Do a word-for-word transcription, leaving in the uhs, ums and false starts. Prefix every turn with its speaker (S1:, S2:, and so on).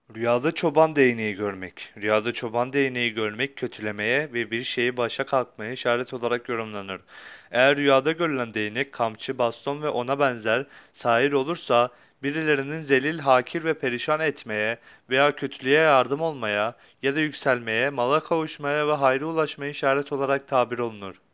S1: Rüyada çoban değneği görmek. Rüyada çoban değneği görmek kötülemeye ve bir şeyi başa kalkmaya işaret olarak yorumlanır. Eğer rüyada görülen değnek kamçı, baston ve ona benzer sahir olursa birilerinin zelil, hakir ve perişan etmeye veya kötülüğe yardım olmaya ya da yükselmeye, mala kavuşmaya ve hayra ulaşmaya işaret olarak tabir olunur.